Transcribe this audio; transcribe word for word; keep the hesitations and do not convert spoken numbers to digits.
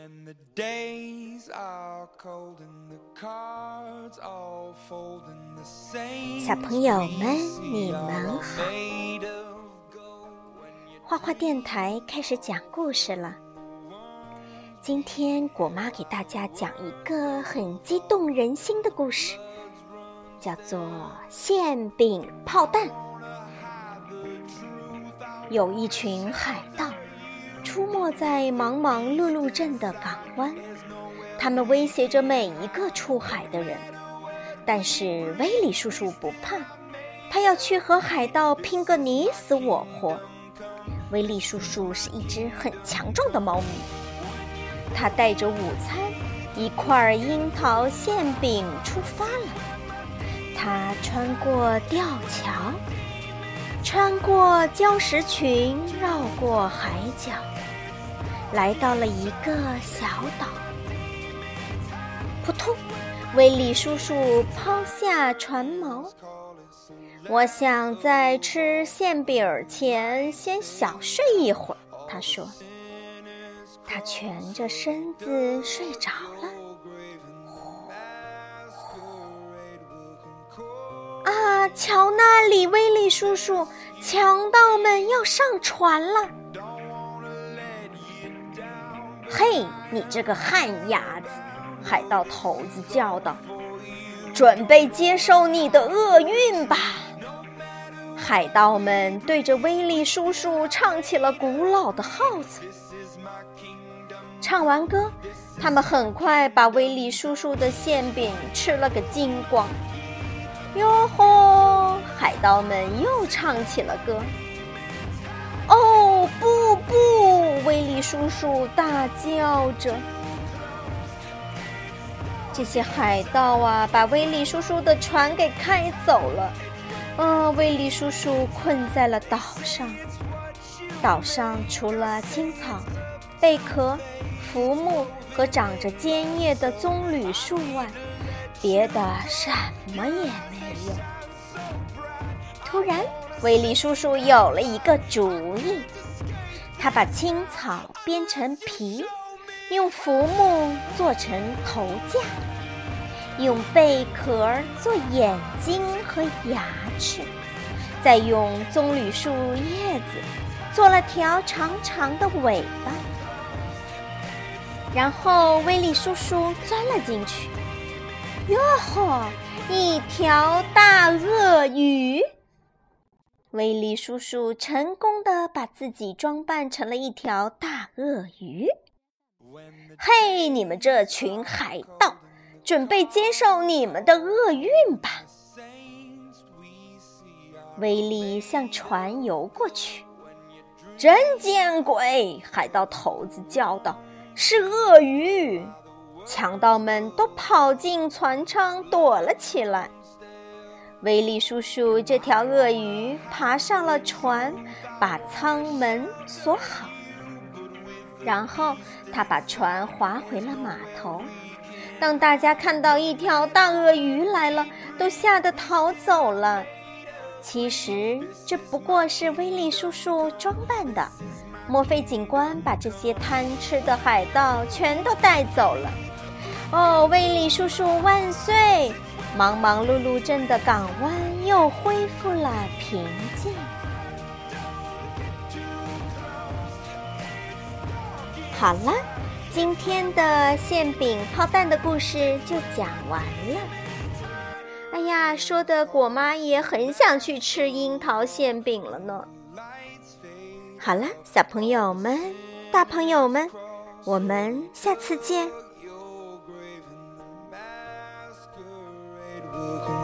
小朋友们，你们好！画画电台开始讲故事了。今天果妈给大家讲一个很激动人心的故事，叫做馅饼炮弹。有一群海盗出没在忙忙碌碌镇的港湾，他们威胁着每一个出海的人。但是威利叔叔不怕，他要去和海盗拼个你死我活。威利叔叔是一只很强壮的猫咪，他带着午餐一块樱桃馅饼出发了。他穿过吊桥，穿过礁石群，绕过海角，来到了一个小岛。扑通，威利叔叔抛下船锚。我想在吃馅饼前先小睡一会儿，他说。他蜷着身子睡着了。啊，瞧那里，威利叔叔，强盗们要上船了。嘿，你这个旱鸭子，海盗头子叫道，准备接受你的厄运吧。海盗们对着威利叔叔唱起了古老的号子。唱完歌，他们很快把威利叔叔的馅饼吃了个精光。哟吼！海盗们又唱起了歌。哦，不不！威利叔叔大叫着。这些海盗啊，把威利叔叔的船给开走了。呃，威利叔叔困在了岛上。岛上除了青草、贝壳、浮木和长着尖叶的棕榈树外，别的什么也没有。突然，威利叔叔有了一个主意，他把青草编成皮，用浮木做成头架，用贝壳做眼睛和牙齿，再用棕榈树叶子做了条长长的尾巴。然后威利叔叔钻了进去。哟吼，一条大鳄鱼！威利叔叔成功地把自己装扮成了一条大鳄鱼。嘿，你们这群海盗，准备接受你们的厄运吧！威利向船游过去。真见鬼！海盗头子叫道，是鳄鱼！强盗们都跑进船舱躲了起来。威利叔叔这条鳄鱼爬上了船，把舱门锁好，然后他把船划回了码头。当大家看到一条大鳄鱼来了，都吓得逃走了。其实这不过是威利叔叔装扮的，墨菲警官把这些贪吃的海盗全都带走了。哦，威利叔叔万岁！忙忙碌碌镇的港湾又恢复了平静。好了，今天的馅饼炮弹的故事就讲完了。哎呀，说的果妈也很想去吃樱桃馅饼了呢。好了，小朋友们、大朋友们，我们下次见。